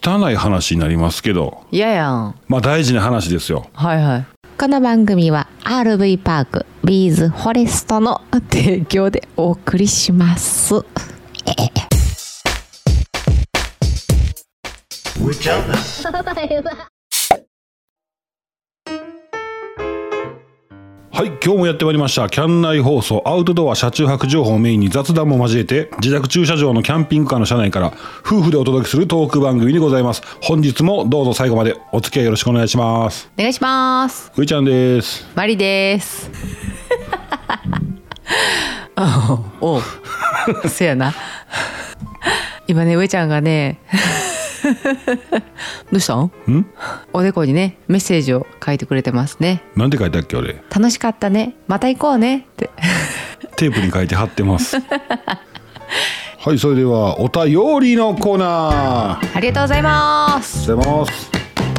汚い話になりますけど、 嫌やん。 まあ大事な話ですよ。 はいはい。 この番組は RV パークビーズフォレストの提供でお送りします。 はい、今日もやってまいりましたキャン内放送。アウトドア車中泊情報をメインに雑談も交えて自宅駐車場のキャンピングカーの車内から夫婦でお届けするトーク番組でございます。本日もどうぞ最後までお付き合いよろしくお願いします。 お願いします。 ういちゃんです。 マリです。おうせやな。今ね、うえちゃんがねどうしたん？おでこにねメッセージを書いてくれてますね。 なんて書いたっけ俺。 楽しかったね、また行こうねってテープに書いて貼ってますはい、それではお便りのコーナー。 ありがとうございます。 ありがとうございます。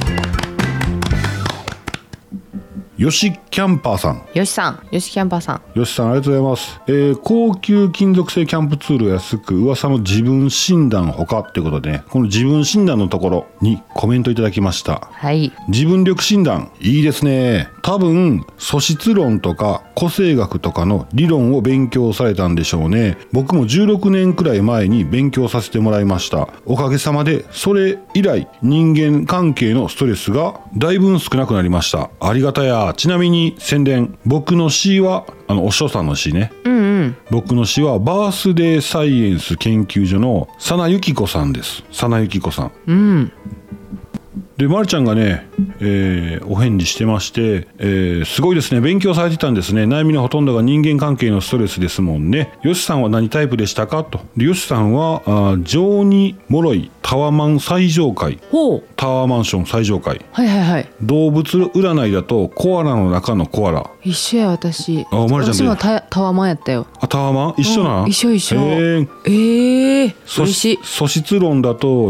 よしキャンパーさん。 よしさん、よしキャンパーさん。 よしさん、ありがとうございます。高級金属製キャンプツールを安く噂の自分診断ほかっていうことでね、この自分診断のところにコメントいただきました。 はい。 自分力診断いいですね。多分素質論とか個性学とかの理論を勉強されたんでしょうね。僕も16年くらい前に勉強させてもらいました。おかげさまでそれ以来人間関係のストレスがだいぶ少なくなりました。ありがたや。ちなみに宣伝、僕の詩はお師匠さんの詩ね、僕の詩はバースデーサイエンス研究所の佐野由紀子さんです。佐野由紀子さん、で、まるちゃんがね、お返事してまして、すごいですね、勉強されてたんですね。悩みのほとんどが人間関係のストレスですもんね。よしさんは何タイプでしたかと。で、よしさんは情に脆いタワマン最上階。 ほう。 タワーマンション最上階。 はいはいはい。 動物占いだとコアラの中のコアラ。 一緒や私。 あ、まるちゃんで。 私もタワマンやったよ。 あ、タワマン一緒な、 一緒一緒。嬉しい。 素質論だと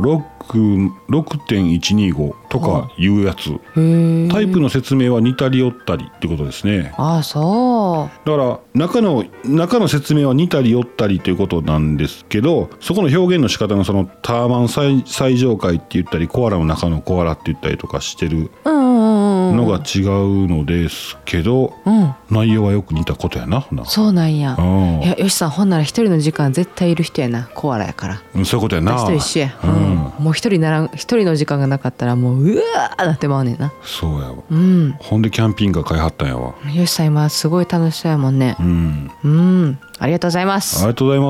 6.125 とかいうやつ。タイプの説明は似たり寄ったりってことですね。 ああ、そう。 だから中の説明は似たり寄ったりということなんですけど、そこの表現の仕方がそのタワマン最上階って言ったりコアラの中のコアラって言ったりとかしてるのが違うのですけど、内容はよく似たことやな。 そうなんや。いや、よしさん、ほんなら一人の時間絶対いる人やな。コアラやから。 そういうことやな。 私と一緒や。もう一人の時間がなかったらもううわーなってまうねんな。そうやわ。ほんでキャンピングカー買いはったんやわ。 よしさん今すごい楽しそうやもんね。ありがとうございます。 ありがとうございます。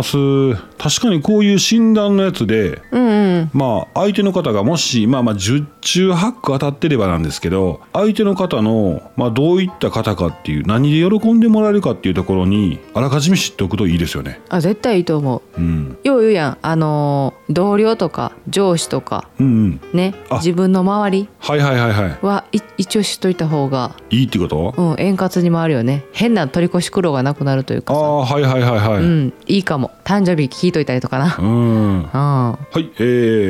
確かにこういう診断のやつで、まあ相手の方がもし10中8句当たってればなんですけど、相手の方のどういった方かっていう、何で喜んでもらえるかっていうところにあらかじめ知っておくといいですよね。 あ、絶対いいと思う。よう言うやん、同僚とか上司とか、ね、自分の周りは一応知っといた方がいいってこと？ 円滑に回るよね。変な取り越し苦労がなくなるというかさ。いいかも。誕生日聞いといたりとかな。 はい、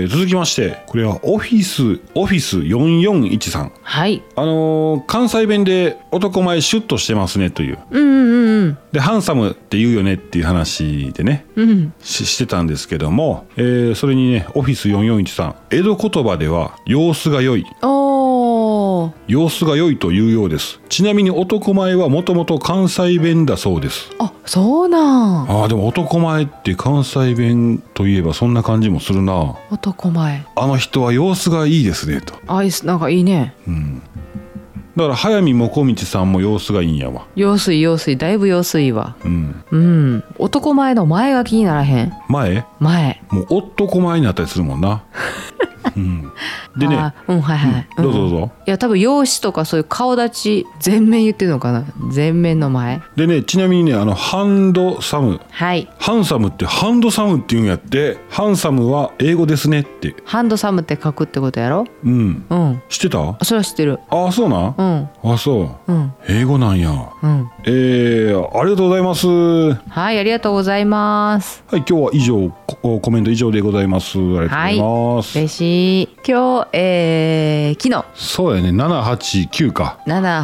続きまして、これはオフィス4413。 はい。 関西弁で男前シュッとしてますねという。でハンサムって言うよねっていう話でね、してたんですけども、それにね、オフィス4413、江戸言葉では様子が良い。様子が良いというようです。ちなみに男前はもともと関西弁だそうです。 あ、そうなん。 でも男前って関西弁といえばそんな感じもするな。 男前。 あの人は様子がいいですねと。 なんかいいね。 だから早見もこみちさんも様子がいいんやわ。 様子いい、だいぶ様子いいわ。男前の前が気にならへん。前もう男前になったりするもんな。でね、どうぞ。 いや、多分容姿とかそういう顔立ち全面言ってるのかな。全面の前でね、ちなみにね、ハンドサム、 はい、 ハンサムってハンドサムって言うんやって。ハンサムは英語ですねって。 ハンドサムって書くってことやろ。知ってた？それは知ってる。 あ、そうなん？あ、そう。英語なんや。ありがとうございます。 はい、ありがとうございます。 はい、今日は以上、コメント以上でございます。ありがとうございます。 嬉しい。今昨日そうやね、789か。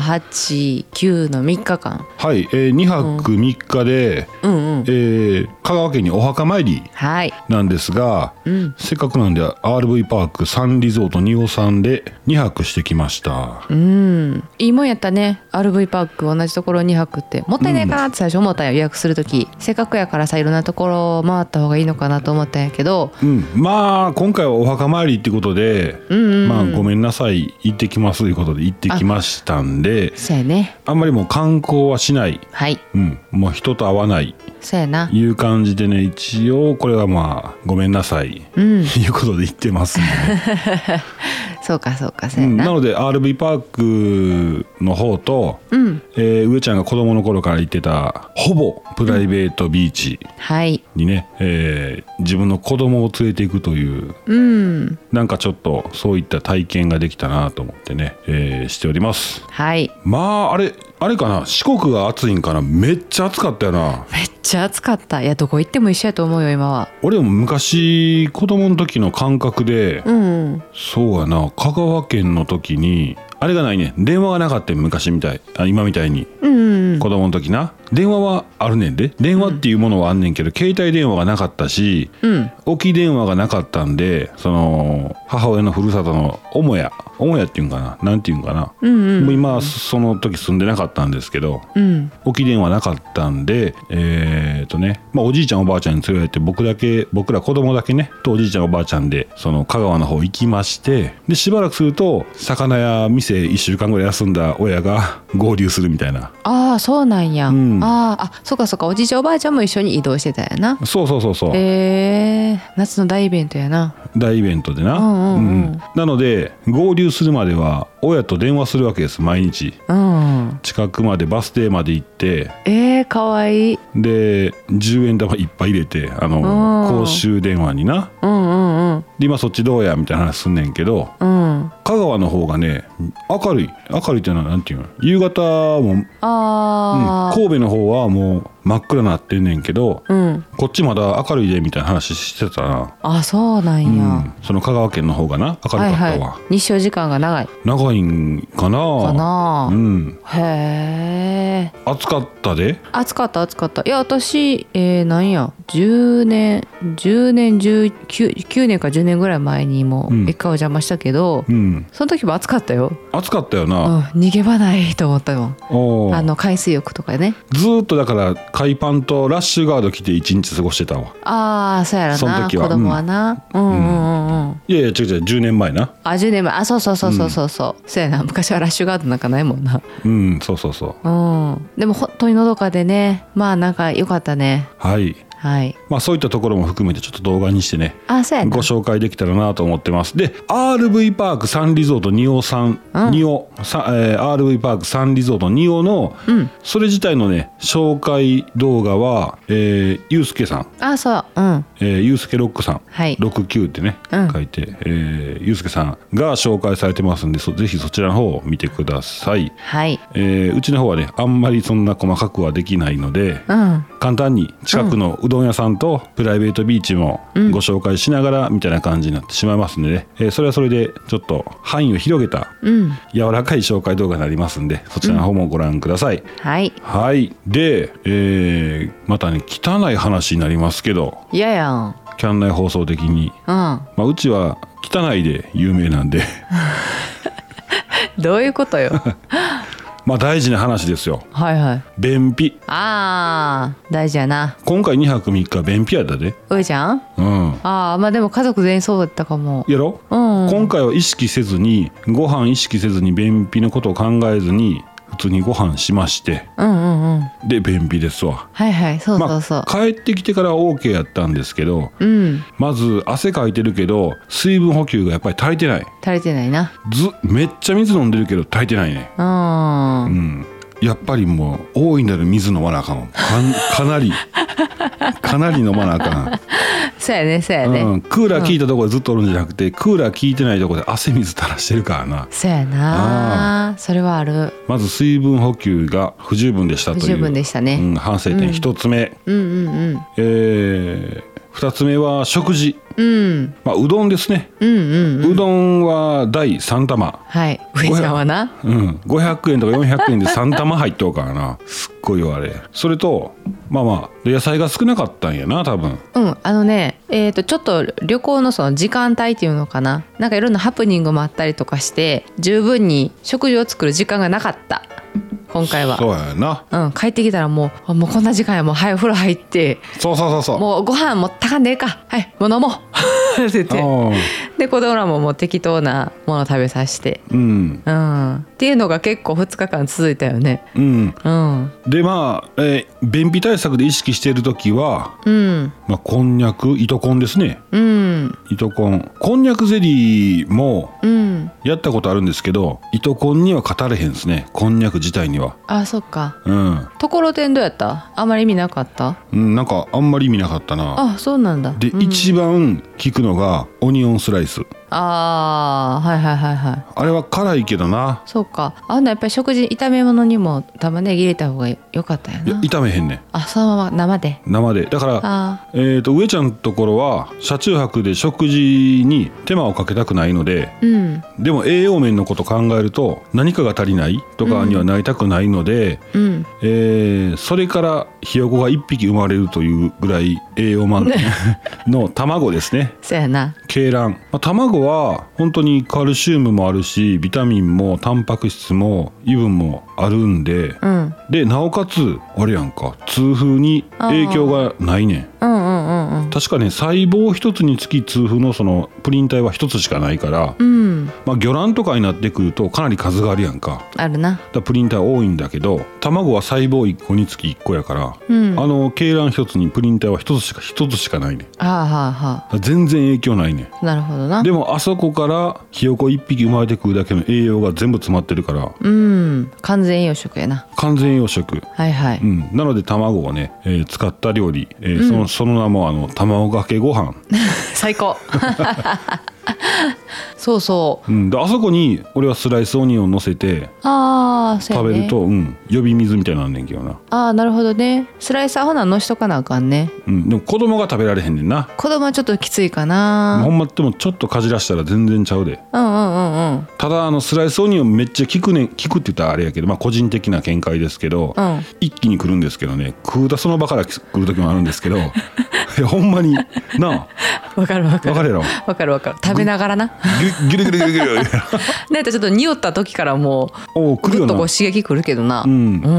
789の3日間、 はい、2泊3日で、香川県にお墓参りなんですが、せっかくなんで RV パークサンリゾート仁尾さんで2泊してきました。 いいもんやったね。 RV パーク同じところ2泊ってもったいないかなって最初思ったよ、予約するとき。せっかくやからさ、いろんなところ回った方がいいのかなと思ったんやけど、 まあ今回はお墓参りってことで、まあごめんなさい行ってきますということで行ってきましたんで、 そうやね、 あんまりもう観光はしない、もう人と会わない、 そうやな、 いう感じでね、一応これはまあごめんなさい、いうことで言ってますんでねそうかそうか、そうやな。 なので RV パークの方と、上ちゃんが子供の頃から行ってたほぼプライベートビーチにね、自分の子供を連れていくという、なんかちょっとそういった体験ができたなと思ってね、しております。まああれかな、四国が暑いんかな。めっちゃ暑かったよな。 めっちゃ暑かった。いや、どこ行っても一緒やと思うよ今は。 俺も昔子供の時の感覚で、そうやな、香川県の時にあれがないね、電話がなかったよ昔みたい、今みたいに、子供の時な、電話はあるねんで、電話っていうものはあんねんけど、携帯電話がなかったし、置き電話がなかったんで、その母親のふるさとの母屋っていうんかな、なんていうんかな、もう今その時住んでなかったんですけど、置き電話なかったんで、まあおじいちゃんおばあちゃんに連れられて、僕ら子供だけねとおじいちゃんおばあちゃんでその香川の方行きまして、でしばらくすると魚屋店1週間ぐらい休んだ親が合流するみたいな。 ああ、そうなんや。そうかそうか、おじいちゃんおばあちゃんも一緒に移動してたんやな。 そう夏の大イベントやな。 大イベントでな。なので合流するまでは親と電話するわけです、毎日。近くまでバス停まで行って、 かわいい。 で10円玉いっぱい入れて、公衆電話にな、で今そっちどうやみたいな話すんねんけど、香川の方がね明るいっていうのはなんていうの、夕方も、神戸の方はもう真っ暗なってんねんけど、こっちまだ明るいでみたいな話してたな。 あ、そうなんや。 その香川県の方がな明るかったわ。 日照時間が長いんかな。 へえ。 暑かったで。 暑かった。いや私、なんや9年か10年ぐらい前にも一回お邪魔したけど、その時も暑かったよ。 暑かったよな。 逃げ場ないと思ったもん。海水浴とかね。 ずっとだから海パンとラッシュガード着て一日過ごしてたわ。 ああ、そうやろな、その時は子供はな。 いや違う10年前な。 10年前。そうそうやな、昔はラッシュガードなんかないもんな。 そうでも本当にのどかでね、まあなんか良かったね。まあそういったところも含めてちょっと動画にしてね、ご紹介できたらなと思ってます。で RV パークサンリゾート仁尾さん、RV パークサンリゾート仁尾の、それ自体のね紹介動画は、ゆうすけさん、ゆうすけロックさん、69ってね、書いて、ゆうすけさんが紹介されてますんで、ぜひそちらの方を見てください。うちの方はねあんまりそんな細かくはできないので、簡単に近くのうどん屋さんとプライベートビーチもご紹介しながらみたいな感じになってしまいますんでね、それはそれでちょっと範囲を広げた柔らかい紹介動画になりますんで、そちらの方もご覧ください。で、またね汚い話になりますけど、 いややん、 キャン内放送的に、うちは汚いで有名なんでどういうことよまあ大事な話ですよ。便秘。 大事やな。 今回2泊3日便秘やったで。 ういちゃん。まあでも家族全員そうだったかも。 やろ。今回は意識せずに、ご飯意識せずに、便秘のことを考えずに普通にご飯しまして、で便秘ですわ。そう、帰ってきてから OK やったんですけど、まず汗かいてるけど水分補給がやっぱり足りてないな。 めっちゃ水飲んでるけど足りてないね。やっぱりもう大いなる水飲まなあかん。かなり飲まなあかん。 そうやね。 クーラー効いたところでずっとおるんじゃなくて、クーラー効いてないところで汗水垂らしてるからな。 そうやな。それはある。 まず水分補給が不十分でしたという。 不十分でしたね。 反省点1つ目。2つ目は食事。 うん、 まあ、うどんですね、 うんうんうん、 うどんは第3玉、 はい、上ちゃんはな、 うん、500円とか400円で3玉入っとうからなすっごいよあれ。それとまあまあ野菜が少なかったんやな多分。 うん、ちょっと旅行のその時間帯っていうのかな、なんかいろんなハプニングもあったりとかして十分に食事を作る時間がなかった今回は。 そうやな、 うん、帰ってきたらもうこんな時間や、もう早く風呂入って、 そうもうご飯もたかんでええか、はいもう飲もうって言ってで子供らももう適当なもの食べさせて、 うんうん、っていうのが結構2日間続いたよね。 うん、 うん、 でまあ、便秘対策で意識している時は、 うんまあ、こんにゃく糸こんですね、 うん、 糸こんこんにゃくゼリーもやったことあるんですけど、糸こんには語れへんですね、こんにゃく自体には。 あ、そっか、 うん、 ところてんどうやった？あまり意味なかった？ うん、なんかあんまり意味なかったな。 あ、そうなんだ。 で、 うん、 一番効くのがオニオンスライス。 ああ、はいはいはいはい。 あれは辛いけどな。 そうか。あんなやっぱり食事炒め物にも玉ねぎ入れた方がよかったよな。 いや炒めへんねん。 あ、そのまま生で。 生で。だから上ちゃんのところは車中泊で食事に手間をかけたくないので、 うん、 でも栄養面のこと考えると何かが足りないとかにはなりたくないので、 うん、 それからひよこが1匹生まれるというぐらい栄養満点の卵ですね。 そうやな。 鶏卵、卵は本当にカルシウムもあるしビタミンもタンパク質も油分もあるんで、 うん、 でなおかつあれやんか、痛風に影響がないねん。 うんうんうんうん、確かね細胞一つにつき痛風のそのプリン体は一つしかないから、 うん、 まあ魚卵とかになってくるとかなり数があるやんか。 あるな。 だプリン体多いんだけど卵は細胞1個につき1個やから、 うん、 鶏卵一つにプリン体は一つしかないねん。 はあはあはあ、 全然影響ないねん。 なるほどな。 でもあそこからひよこ1匹生まれてくるだけの栄養が全部詰まってるから、 うん、完全栄養食やな。 完全栄養食、 はいはい、 うん、なので卵をね、使った料理、その名も卵かけご飯最高そうそう、 うん、であそこに俺はスライスオニオン乗せて食べると、うん、呼び水みたいになんねんけどな。 あ、なるほどね。スライサーほなのしとかなあかんね。 うん、でも子供が食べられへんねんな。 子供はちょっときついかな。 ほんまでもちょっとかじらしたら全然ちゃうで。 うんうんうんうん。 ただスライスオニオンめっちゃ効くって言ったらあれやけど、まあ個人的な見解ですけど、 うん、 一気に来るんですけどね、食うたその場から来る時もあるんですけどほんまになあ、 わかるわかるわかるやろ。 わかるわかる。食べながらなギュルギュルギュルギュルなんかちょっと匂った時からもうグッとこう刺激くるけどな。うん、うん、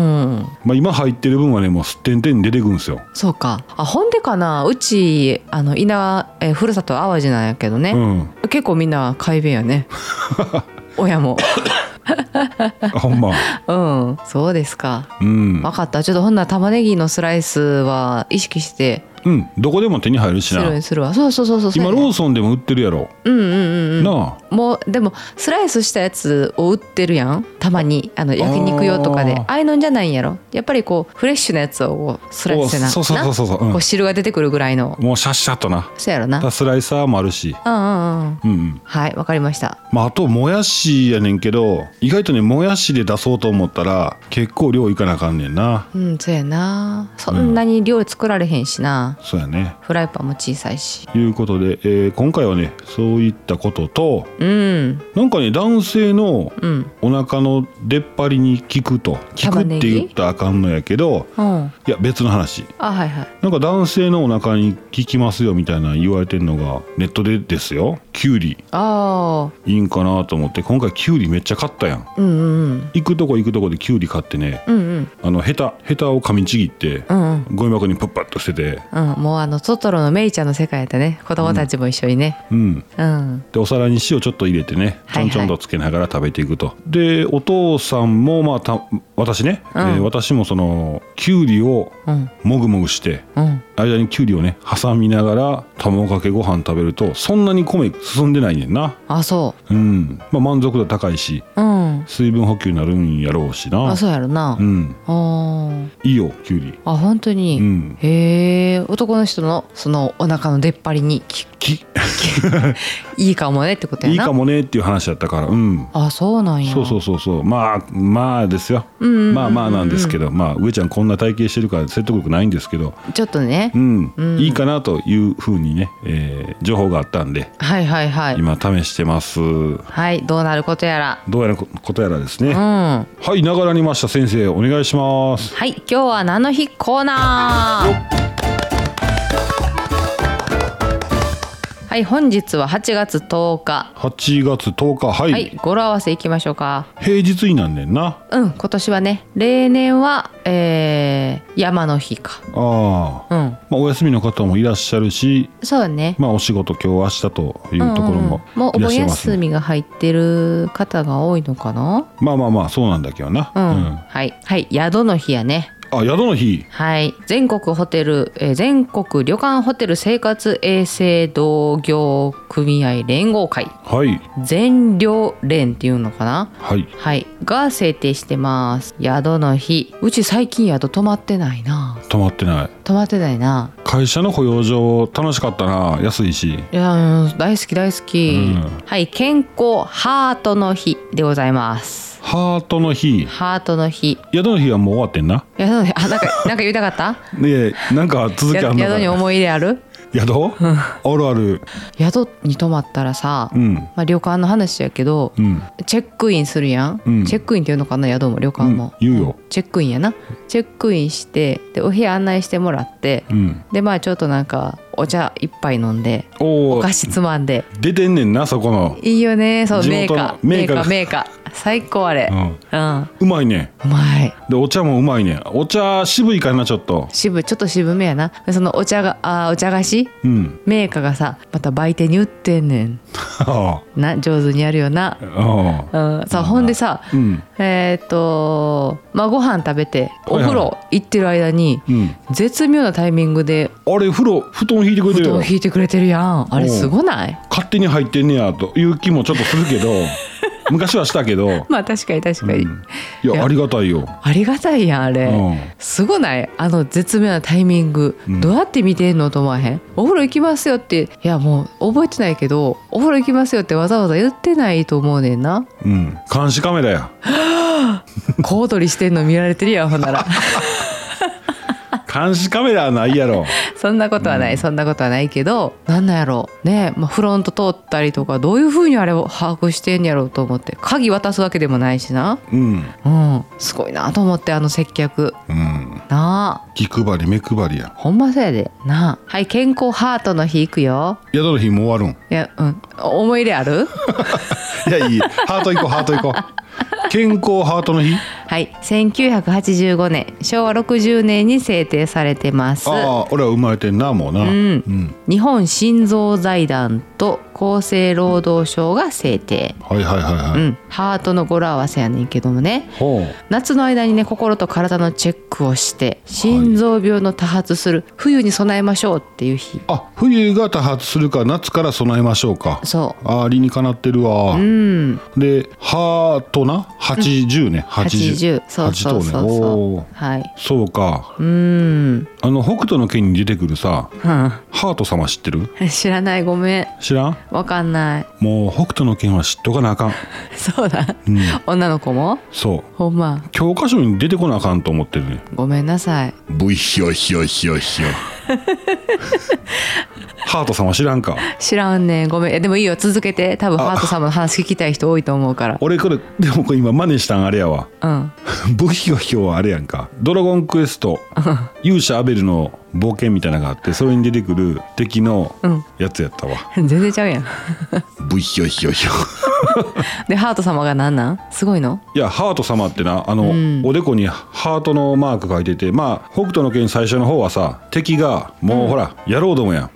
まあ、今入ってる分はねもうすってんてんに出てくるんですよ。 そうか。あ、ほんでかな、うちふるさと淡路なんやけどね、うん、結構みんな改便やね親もほんま。 うん、そうですか。 うん、 分かった。ちょっとほんなら玉ねぎのスライスは意識して、 うん、どこでも手に入るしな。 するわ。そうそうそうそう。 今ローソンでも売ってるやろ。 うんうんうんうん。 なあ。 もうでもスライスしたやつを売ってるやん。たまに焼肉用とかで。ああいうのじゃないんやろ。やっぱりこうフレッシュなやつをスライスせな。 そうそうそうそう。うん、 こう汁が出てくるぐらいの。 もうシャッシャッとな。 そうやろな。 スライサーもあるし。 うんうんうん。 うんうん。 はい、わかりました。 まああともやしやねんけど、意外とねもやしで出そうと思ったら結構量いかなあかんねんな。 うん、そうやな。そんなに量作られへんしな。 そうやね。 フライパンも小さいし。 いうことで、今回はねそういったことと、 うん、 なんかね男性のお腹の出っ張りに効くと、効くって言ったらあかんのやけど、 うん、 いや別の話。 あ、はいはい。 なんか男性のお腹に効きますよみたいな言われてるのがネットでですよ。キュウリいいんかなと思って今回キュウリめっちゃ買ったやん。 うんうんうん、 行くとこでキュウリ買ってね、 うんうん、 ヘタを噛みちぎって、うんうん、ゴミ箱にプッパッと捨てて、 うん、もうトトロのメイちゃんの世界やったね。子供たちも一緒にね、 うんうん、でお皿に塩ちょっと入れてねちょんちょんとつけながら食べていくと、はいはい、でお父さんも私ね、私もそのキュウリをもぐもぐして、間にキュウリをね挟みながら卵かけご飯食べるとそんなに米進んでないねんな。 あ、そう。まあ満足度高いし、水分補給になるんやろうしな。 あ、そうやろな。 いいよキュウリ。 あ、本当に。へえ、男の人のそのお腹の出っ張りにいいかもねってことやな。 いいかもねっていう話だったから。 あ、そうなんや。 そうまあですよ。まあなんですけど、まあ上ちゃんこんな体型してるから説得力ないんですけど、 ちょっとね、 いいかなというふうにね、情報があったんで、今試してます。 はい、どうなることやらですね。はい、ながらにました。先生お願いします。 はい、今日は何の日コーナー。はい、本日は8月10日。 8月10日、はい。 語呂合わせいきましょうか。 平日になんねんな。 今年はね、例年は、山の日か。 まあお休みの方もいらっしゃるし、 そうね。 まあお仕事今日明日というところももうお盆休みが入ってる方が多いのかな。 まあそうなんだけどな。 はい、宿の日やね。 あ、宿の日。 はい。全国全国旅館ホテル生活衛生同業組合連合会。 はい。 全寮連っていうのかな。 はい。 はい。が制定してます。宿の日。うち最近宿泊まってないな。 泊まってないな。 会社の保養所楽しかったな。安いし。 いや、大好き。はい。健康ハートの日でございます。 ハートの日。 宿の日はもう終わってんな。 宿の日、なんか言いたかったねえ、なんか続きあんのかな。 宿に思い入れある？ 宿ある。 宿に泊まったらさ、旅館の話やけど、チェックインするやん。チェックインっていうのかな、宿も旅館も。 言うよ。 チェックインやな。チェックインしてでお部屋案内してもらって、でまあちょっとなんかお茶一杯飲んでお菓子つまんで出てんねんな、そこの。 いいよね。そう、メーカー最高あれ。 うまいね。 うまい。 でお茶もうまいね。お茶渋いかな、ちょっと渋めやな。そのお茶菓子、メーカーがさまた売店に売ってんねんな。上手にやるよな。さあほんでさ、まあご飯食べてお風呂行ってる間に、絶妙なタイミングであれ布団引いてくれてるよ。 布団引いてくれてるやん。あれすごない？ 勝手に入ってんねやという気もちょっとするけど昔はしたけどまあ確かに、 いやありがたいよ。 ありがたいやんあれ、すごない？あの絶妙なタイミング、どうやって見てんのと思わへん？お風呂行きますよって、いやもう覚えてないけどお風呂行きますよってわざわざ言ってないと思うねんな。 監視カメラや小躍りしてんの見られてるやんほんなら監視カメラはないやろ。 そんなことはないけど、なんなんやろね。フロント通ったりとかどういう風にあれを把握してんやろうと思って、鍵渡すわけでもないしな。すごいなと思って、あの接客。なあ、 気配り目配りや。 ほんまそうやでなあ。はい、健康ハートの日いくよ。 宿の日もう終わるん？ いや、思い入れある？ いや、いい。ハート行こう。健康ハートの日。 はい、1985年昭和60年に制定されてます。 俺は生まれてんな、もうな。 日本心臓財団と厚生労働省が制定。ハートの語呂合わせやねんけどもね、夏の間にね心と体のチェックをして心臓病の多発する冬に備えましょうっていう日。 冬が多発するから夏から備えましょうか。 そう。 理にかなってるわ。でハートな80ね。 80。そう。はい。 そうか。北斗の拳に出てくるさ、ハート様知ってる？ 知らない、ごめん。 知らん？ わかんない。 もう北斗の拳は知っとかなあかん。 そうだ。女の子も？ そう。 ほんま。 教科書に出てこなあかんと思ってるね。 ごめんなさい。 ブイヒョヒョヒョヒョ。ハート様知らんか？ 知らんねん、ごめん。でもいいよ、続けて。多分ハート様の話聞きたい人多いと思うから。 俺これ今真似したんあれやわ。ブヒョヒョはあれやんか。ドラゴンクエスト勇者アベルの冒険みたいなのがあって、それに出てくる敵のやつやったわ。 全然ちゃうやん。 ブヒョヒョヒョ。 でハート様が何なん？すごいの？いや、ハート様ってな、おでこにハートのマーク書いてて、北斗の拳最初の方はさ、敵がもうほら野郎どもやん。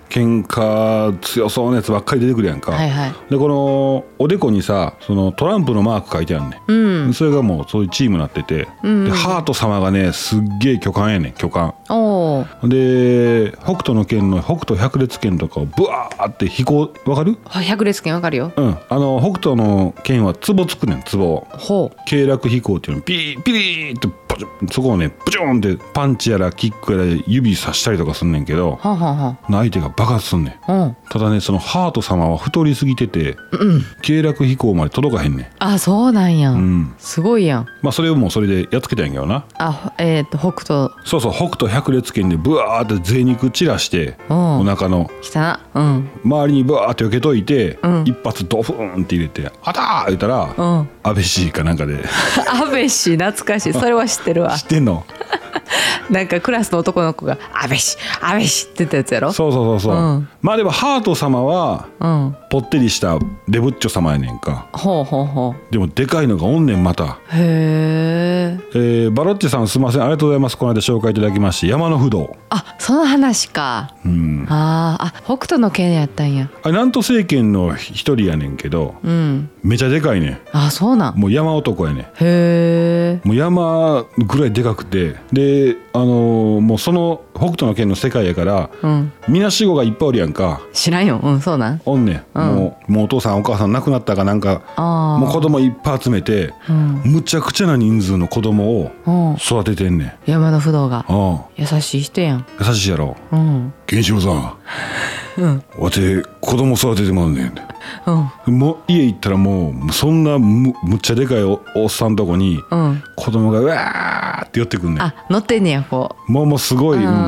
喧嘩強そうなやつばっかり出てくるやんか、はいはい、でこのおでこにさそのトランプのマーク書いてあるね、うん、それがもうそういうチームになってて、うんうん、でハート様がねすっげえ巨漢やねん巨漢で北斗の拳の北斗百裂拳とかをブワーって飛行わかる？ 百裂拳わかるよ、 うん、北斗の拳はツボつくねんツボを経絡飛行っていうのピリピリってそこをねプチョーンってパンチやらキックやら指さしたりとかすんねんけど、ははは相手が爆発すんねん、うん、ただねそのハート様は太りすぎてて、うん、経絡飛行まで届かへんねん。 あそうなんや、うん、すごいやん。 まあそれをもうそれでやっつけたんやけどな。 あ北斗そうそう北斗百裂拳でブワーって贅肉散らして、うん、お腹の下、うん、 周りにブワーって避けといて、うん、一発ドフーンって入れてあたー言ったら、うん、安倍氏かなんかで安倍氏懐かしいそれは知ってるわ。 知ってんの？ なんかクラスの男の子が安倍氏安倍氏って言ったやつやろ。 そうそうそうそう、うん、まあでもハート様は、うん、ぽってりしたデブッチョ様やねんか。 ほうほうほう。 でもでかいのがおんねんまた。 へえ。バロッチさんすいませんありがとうございます。この間紹介いただきまして山の不動。 あその話か。うん。あ北斗の拳やったんや。 南都政権の一人やねんけど、うん、めちゃでかいねん。 あそうなん。 もう山男やねん。 へえ。 もう山ぐらいでかくてでもうその北斗の拳の世界やから、うん、みなしごがいっぱいおるやんか。 知らんよ。うんそうなん。 おんねん、うん、もうお父さんお母さん亡くなったかなんかもう子供いっぱい集めて、うん、むちゃくちゃな人数の子供を育ててんねん。 山の不動が優しい人やん。 優しいやろ。うん。ケンシロウさん、うん、わて子供育ててもらうねん、うん、もう家行ったらもうそんな むっちゃでかい おっさんとこに、うん、子供がうわーって寄ってくんねん。 あ乗ってんねやこう。もうすごい、うん、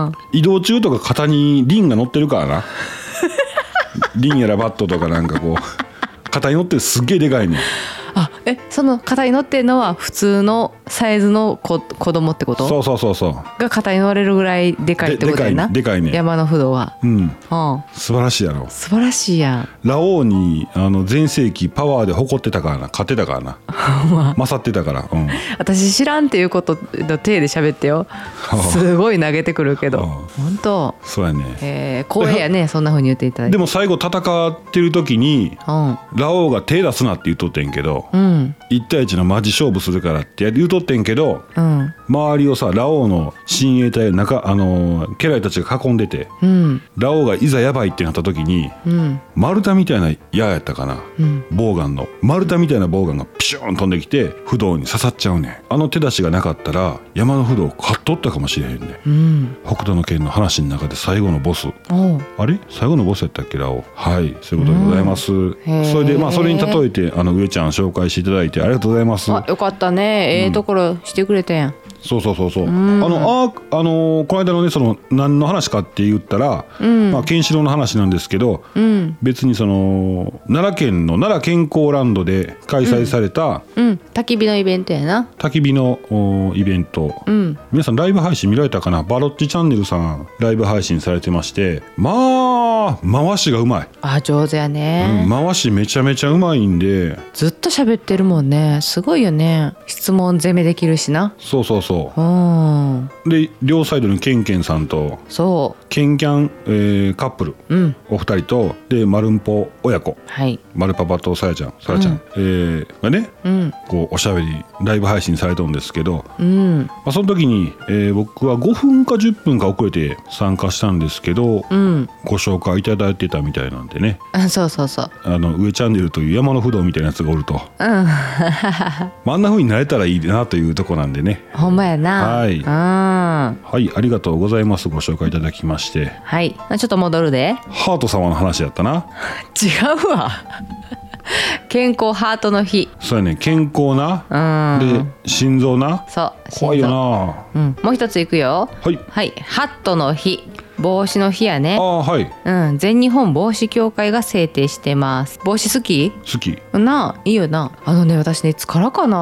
移動中とか肩にリンが乗ってるからなリンやらバットとかなんかこう肩に乗ってすっげえでかいねん。 あその肩に乗ってるのは普通のサイズの子供ってこと？ そうそうそうそうが肩に乗れるぐらいでかいってことやな。 でかいね山の不動は。うん、 素晴らしいやろ。 素晴らしいやん。 ラオウに全盛期パワーで誇ってたからな。勝ってたからな勝ってたから、うん、 私知らんっていうことの体で喋ってよすごい投げてくるけど本当そうやね。 光栄やねそんな風に言っていただいて。 でも最後戦ってる時に、うん、ラオウが手出すなって言っとってんけど、うん、1対1のマジ勝負するからって言うとってんけど、うん、周りをさラオウの親衛隊家来たちが囲んでて、うん、ラオウがいざやばいってなった時に、うん、丸太みたいな矢やったかな、うん、ボウガンの丸太みたいなボウガンがピシューン飛んできて不動に刺さっちゃうねん。手出しがなかったら山の不動勝っとったかもしれへんね、うん、北斗の拳の話の中で最後のボスあれ最後のボスやったっけラオウ。はいそういうことでございます、うん、それでそれに例えて上ちゃん紹介していただいてありがとうございます。 あよかったねところしてくれてん。 そうこの間のねその何の話かって言ったら、ケンシロウの話なんですけど、うん、別にその奈良県の奈良健康ランドで開催された、 焚き火のイベントやな。 焚き火のイベント、皆さんライブ配信見られたかな。バロッチチャンネルさんライブ配信されてまして、回しがうまい。 上手やね、 回しめちゃめちゃうまいんでずっと喋ってるもんね。すごいよね。質問攻めできるしな。 そうで両サイドにケンケンさんとケンキャン、カップル、お二人とでマルンポ親子、マルパパとさやちゃんがね、こうおしゃべりライブ配信されたんですけど、その時に、僕は5分か10分か遅れて参加したんですけど、ご紹介いただいてたみたいなんでね。 そう上チャンネルという山の不動みたいなやつがおると、あんな風になれたらいいなというとこなんでね。 ほんまやな。 はい、ありがとうございます。ご紹介いただきまして。 はい、ちょっと戻るで。 ハート様の話やったな。 違うわ健康ハートの日。 そうやね。健康な、で心臓な。 そう怖いよな、 もう一ついくよ。はい、ハットの日。帽子の日やね。全日本帽子協会が制定してます。帽子好きいいよな。私ねいつからかな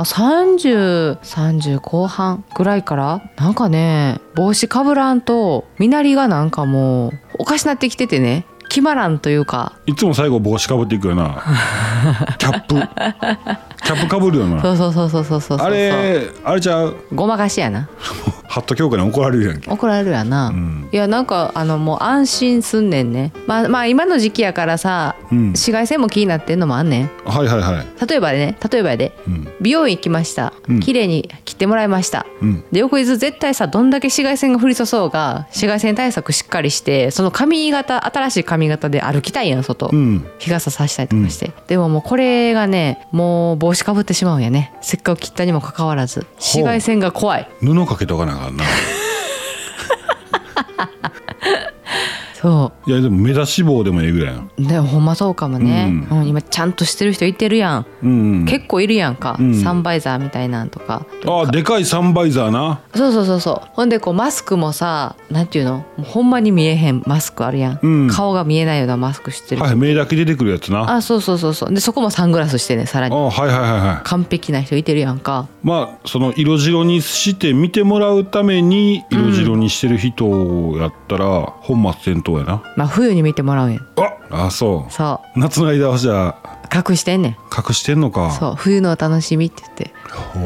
30後半ぐらいからなんかね帽子かぶらんと身なりがなんかもうおかしなってきててね決まらんというか。 いつも最後帽子かぶっていくよなキャップかぶるよな。 そうあれちゃうごまかしやなハット協会に怒られるやんけ。 怒られるやな、いやなんかもう安心すんねんね。まあ今の時期やからさ、紫外線も気になってんのもあんねん。 はいはいはい。 例えばやで、美容院行きました、綺麗に切ってもらいました、で翌日絶対さどんだけ紫外線が降り注そうが紫外線対策しっかりしてその髪型新しい髪型で歩きたいやん外、日傘さしたりとかして、でももうこれがねもう帽子かぶってしまうんやね。せっかく切ったにもかかわらず紫外線が怖い。 布かけとかなあかんな。 そういやでも目出し帽でもええぐらいやん。 でもほんまそうかもね、今ちゃんとしてる人いてるやん、結構いるやんか、サンバイザーみたいなんとか。 でかいサンバイザーな。 そうほんでこうマスクもさなんていうのもうほんまに見えへんマスクあるやん、顔が見えないようなマスクしてる。 はい、目だけ出てくるやつな。 そうでそこもサングラスしてねさらに。 はい。 完璧な人いてるやんか。 まあその色白にして見てもらうために色白にしてる人やったら本末転倒やな。 まあ冬に見てもらうんや。 そうそう夏の間はじゃあ隠してんねん。 隠してんのか。 そう冬のお楽しみって言って。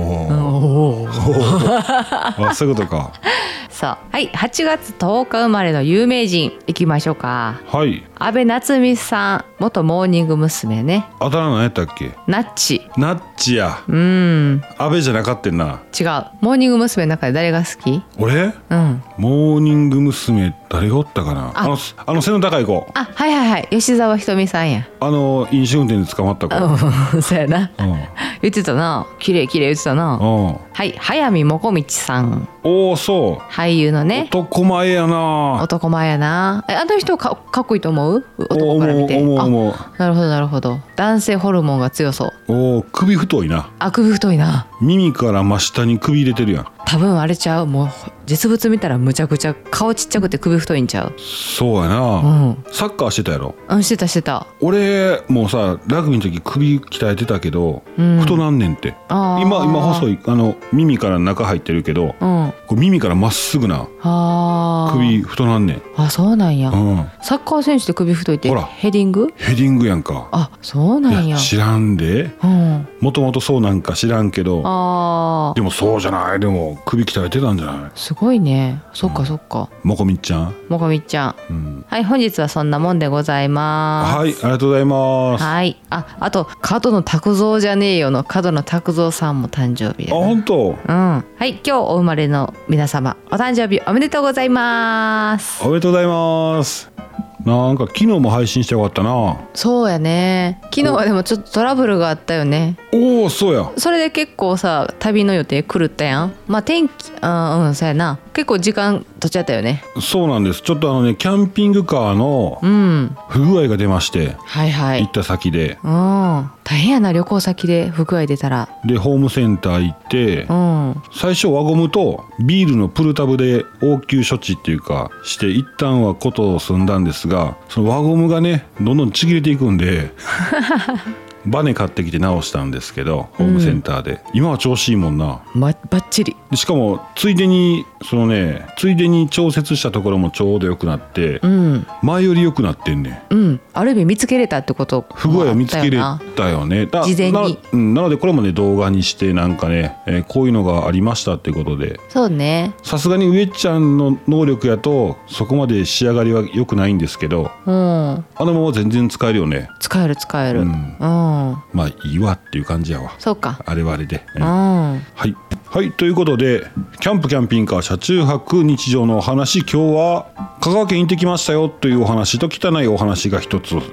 そういうことか。 そうはい、8月10日生まれの有名人いきましょうか。 はい。 安倍夏実さん、元モーニング娘。ね。 あだ名何やったっけ。 ナッチや。安倍じゃなかったんな。 違う。モーニング娘。の中で誰が好き？ 俺？モーニング娘。誰がおったかな。あの背の高い子。 はい吉沢ひとみさんや。 飲酒運転で捕まった子。 そうやな。言ってたな。綺麗言ってたな。はい、速水もこみちさん。 そう。 俳優のね。 男前やな。 あの人かっこいいと思う？男から見て。 思う。 なるほど。男性ホルモンが強そう。 首太いな。 首太いな。 耳から真下に首入れてるやん。 多分あれちゃう。もう実物見たらむちゃくちゃ顔ちっちゃくて首太いんちゃう？ そうやな、サッカーしてたやろ？ してた。 俺もうさラグビーの時首鍛えてたけど、太なんねんって。今細い耳から中入ってるけど、これ耳からまっすぐな首太なんねん。 そうなんや、サッカー選手で首太いってヘディングやんか。 そうなんや。 知らんで、もともとそうなんか知らんけど、でもそうじゃない。でも首鍛えてたんじゃない？ すごいね。そっか。 もこみっちゃん。 はい、本日はそんなもんでございます。 はい、ありがとうございます。 はい、あと角野卓造じゃねえよの角野卓造さんも誕生日やな。 本当？ はい、今日お生まれの皆様お誕生日おめでとうございます。 おめでとうございます。なんか昨日も配信してよかったな。 そうやね。昨日はでもちょっとトラブルがあったよね。 そうや。 それで結構さ旅の予定狂ったやん。天気そうやな。結構時間取っちゃったよね。 そうなんです。ちょっとキャンピングカーの不具合が出まして、行った先で、 大変やな。旅行先で不具合出たら。 でホームセンター行って、最初輪ゴムとビールのプルタブで応急処置っていうかして一旦はことを済んだんですが、その輪ゴムがねどんどんちぎれていくんでバネ買ってきて直したんですけど、ホームセンターで、今は調子いいもんな。 バッチリ。 でしかもついでに調節したところもちょうど良くなって、前より良くなってんねん。 ある意味見つけれたってこと。 不具合を見つけれたよね。 事前に。 なのでこれもね動画にしてなんかね、こういうのがありましたっていうことで。 そうね。さすがに上ちゃんの能力やとそこまで仕上がりは良くないんですけど、あのまま全然使えるよね。 使える。 まあいいわっていう感じやわ。 そうか。 あれはあれで。はいということでキャンピングカー車中泊日常のお話、今日は香川県行ってきましたよというお話と汚いお話が一つ、今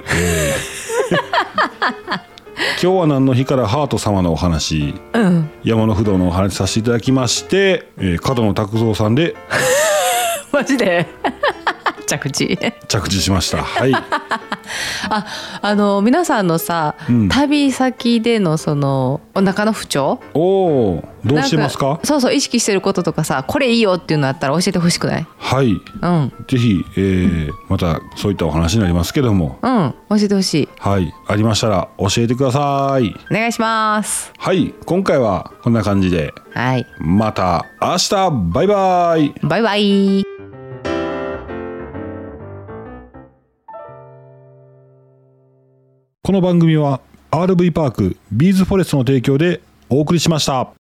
日は何の日からハート様のお話、山の不動のお話させていただきまして、角野卓造さんでマジで着地しました。はい皆さんのさ、旅先でのそのお腹の不調、 どうしてますか？ そう意識してることとかさ、これいいよっていうのあったら教えてほしくない？ はい、ぜひ、またそういったお話になりますけども、 教えてほしい。 はい、ありましたら教えてください。 お願いします。 はい、今回はこんな感じで、また明日。バイバイ。 バイバイ。 この番組は RV パークビーズフォレストの提供でお送りしました。